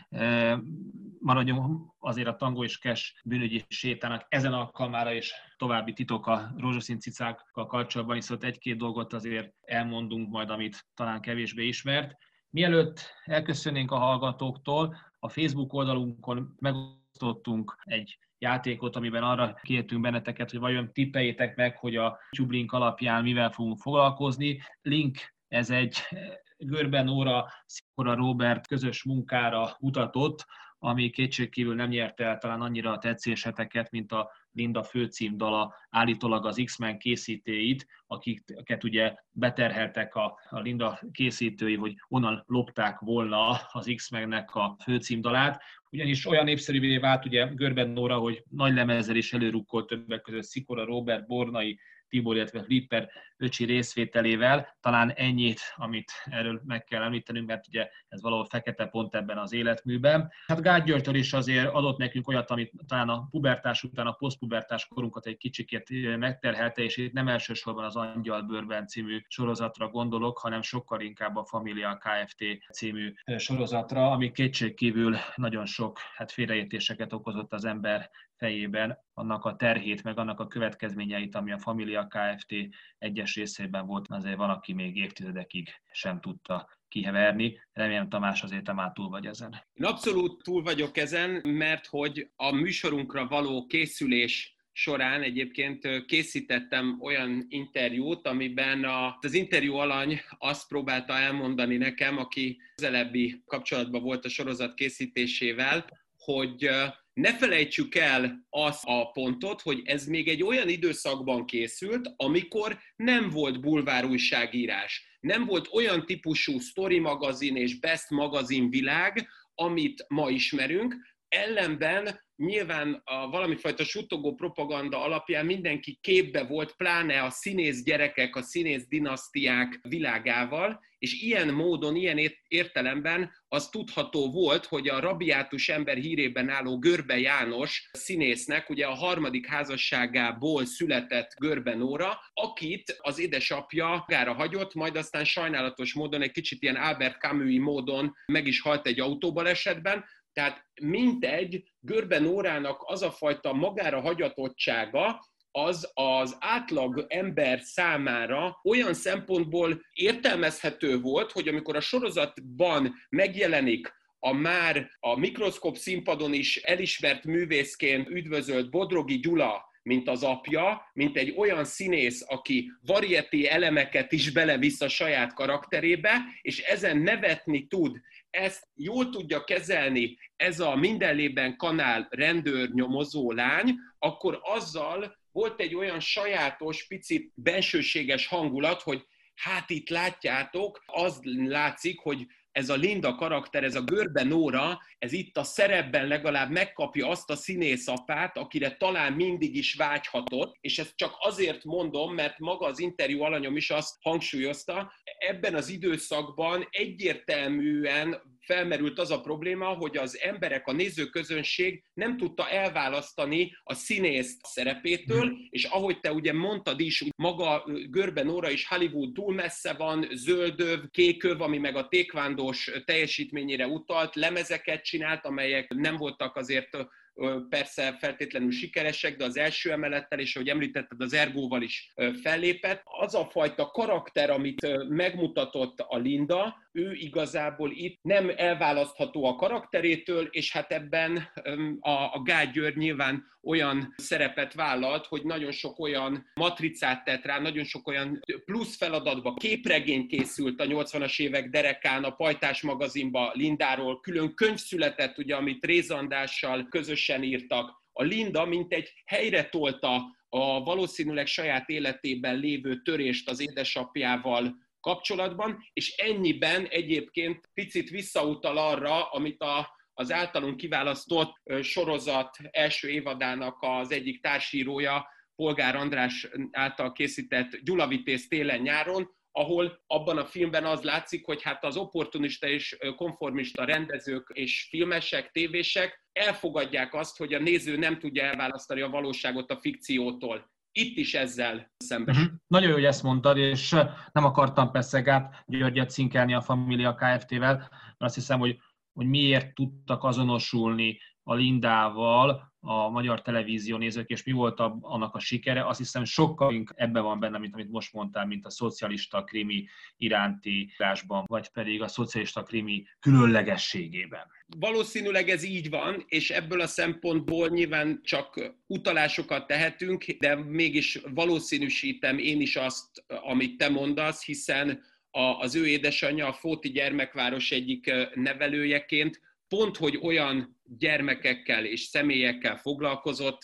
maradjunk azért a tangó és kes bűnügyi sétának ezen alkalmára, és további titok a rózsaszín cicákkal kapcsolatban, viszont egy-két dolgot azért elmondunk majd, amit talán kevésbé ismert. Mielőtt elköszönnénk a hallgatóktól, a Facebook oldalunkon megosztottunk egy játékot, amiben arra kértünk benneteket, hogy vajon tippeljétek meg, hogy a YouTube link alapján mivel fogunk foglalkozni. Link, ez egy Görbe Nóra, Szikora Róbert közös munkára mutatott, ami kétségkívül nem nyerte el talán annyira a tetszéseteket, mint a Linda főcímdala, állítólag az X-Men készítőit, akiket ugye beterheltek a, a Linda készítői, hogy onnan lopták volna az X-Mennek a főcímdalát, ugyanis olyan népszerűvé vált ugye Görbe Nóra, hogy nagy lemezzel is előrukkolt többek között Szikora Róbert, Bornai Tibor, illetve Flipper öcsi részvételével. Talán ennyit, amit erről meg kell említenünk, mert ugye ez valahol fekete pont ebben az életműben. Hát Gágy Györgytől is azért adott nekünk olyat, amit talán a pubertás után a posztpubertás korunkat egy kicsikét megterhelte, és itt nem elsősorban az Angyalbőrben című sorozatra gondolok, hanem sokkal inkább a Familia Kft. Című sorozatra, ami kétségkívül nagyon sok hát félreértéseket okozott az ember fejében, annak a terhét, meg annak a következményeit, ami a Familia Kft. Egyes részében volt, azért van, aki még évtizedekig sem tudta kiheverni. Remélem, Tamás, azért te már túl vagy ezen. Én abszolút túl vagyok ezen, mert hogy a műsorunkra való készülés során egyébként készítettem olyan interjút, amiben az interjú alany azt próbálta elmondani nekem, aki közelebbi kapcsolatban volt a sorozat készítésével, hogy ne felejtsük el azt a pontot, hogy ez még egy olyan időszakban készült, amikor nem volt bulvárújságírás, nem volt olyan típusú Story magazin és Best magazin világ, amit ma ismerünk, ellenben nyilván a valamifajta suttogó propaganda alapján mindenki képbe volt, pláne a színész gyerekek, a színész dinasztiák világával, és ilyen módon, ilyen értelemben az tudható volt, hogy a rabiátus ember hírében álló Görbe János színésznek, ugye a harmadik házasságából született Görbe Nóra, akit az édesapja magára hagyott, majd aztán sajnálatos módon, egy kicsit ilyen Albert Camus-i módon meg is halt egy autóbalesetben. Tehát mintegy, Görbe Nórának az a fajta magára hagyatottsága, az az átlag ember számára olyan szempontból értelmezhető volt, hogy amikor a sorozatban megjelenik a már a mikroszkóp színpadon is elismert művészként üdvözölt Bodrogi Gyula, mint az apja, mint egy olyan színész, aki variety elemeket is belevisz a saját karakterébe, és ezen nevetni tud, ezt jól tudja kezelni ez a mindenlében kanál rendőrnyomozó lány, akkor azzal volt egy olyan sajátos, picit bensőséges hangulat, hogy hát itt látjátok, az látszik, hogy ez a Linda karakter, ez a Görbe Nóra, ez itt a szerepben legalább megkapja azt a színészapát, akire talán mindig is vágyhatott, és ezt csak azért mondom, mert maga az interjú alanyom is azt hangsúlyozta, ebben az időszakban egyértelműen felmerült az a probléma, hogy az emberek, a nézőközönség nem tudta elválasztani a színész szerepétől, és ahogy te ugye mondtad is, maga Görbe Nóra is Hollywood túl messze van, zöldöv, kéköv, ami meg a tékvándós teljesítményére utalt, lemezeket csinált, amelyek nem voltak azért persze feltétlenül sikeresek, de az első emelettel, és ahogy említetted, az Ergóval is fellépett. Az a fajta karakter, amit megmutatott a Linda, ő igazából itt nem elválasztható a karakterétől, és hát ebben a, a Gágy György nyilván olyan szerepet vállalt, hogy nagyon sok olyan matricát tett rá, nagyon sok olyan plusz feladatba. Képregény készült a nyolcvanas évek derekán, a Pajtás magazinba Lindáról, külön könyv született, ugye, amit Réz Andrással közösen írtak. A Linda mintegy helyre tolta a valószínűleg saját életében lévő törést az édesapjával kapcsolatban, és ennyiben egyébként picit visszautal arra, amit a, az általunk kiválasztott sorozat első évadának az egyik társírója, Polgár András által készített Gyulavitéz télen-nyáron, ahol abban a filmben az látszik, hogy hát az opportunista és konformista rendezők és filmesek, tévések elfogadják azt, hogy a néző nem tudja elválasztani a valóságot a fikciótól. Itt is ezzel szembesül. Uh-huh. Nagyon jó, hogy ezt mondtad, és nem akartam persze Gát Györgyet cinkelni a Família Kft-vel, mert azt hiszem, hogy, hogy miért tudtak azonosulni a Lindával a magyar televízió nézők, és mi volt a, annak a sikere, azt hiszem sokkal inkább ebben van benne, mint amit most mondtál, mint a szocialista krimi iránti írásban, vagy pedig a szocialista krimi különlegességében. Valószínűleg ez így van, és ebből a szempontból nyilván csak utalásokat tehetünk, de mégis valószínűsítem én is azt, amit te mondasz, hiszen az ő édesanyja a Fóti Gyermekváros egyik nevelőjeként pont, hogy olyan gyermekekkel és személyekkel foglalkozott,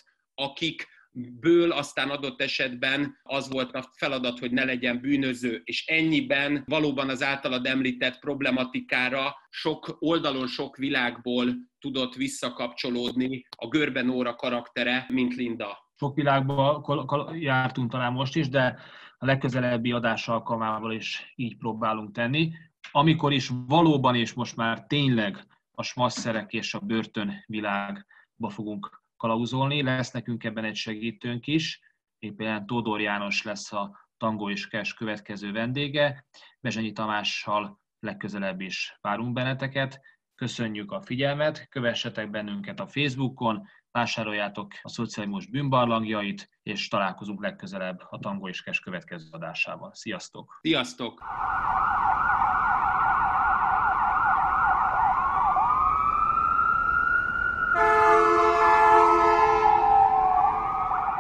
akikből aztán adott esetben az volt a feladat, hogy ne legyen bűnöző, és ennyiben valóban az általad említett problematikára sok oldalon, sok világból tudott visszakapcsolódni a Görbe Nóra karaktere, mint Linda. Sok világban jártunk talán most is, de a legközelebbi adás alkalmával is így próbálunk tenni. Amikor is valóban és most már tényleg a smasszerek és a börtönvilágba fogunk kalauzolni. Lesz nekünk ebben egy segítőnk is, éppen Tódor János lesz a Tango és Cash következő vendége. Bezsenyi Tamással legközelebb is várunk benneteket. Köszönjük a figyelmet, kövessetek bennünket a Facebookon, vásároljátok a Szocializmus bűnbarlangjait, és találkozunk legközelebb a Tango és Cash következő adásában. Sziasztok! Sziasztok!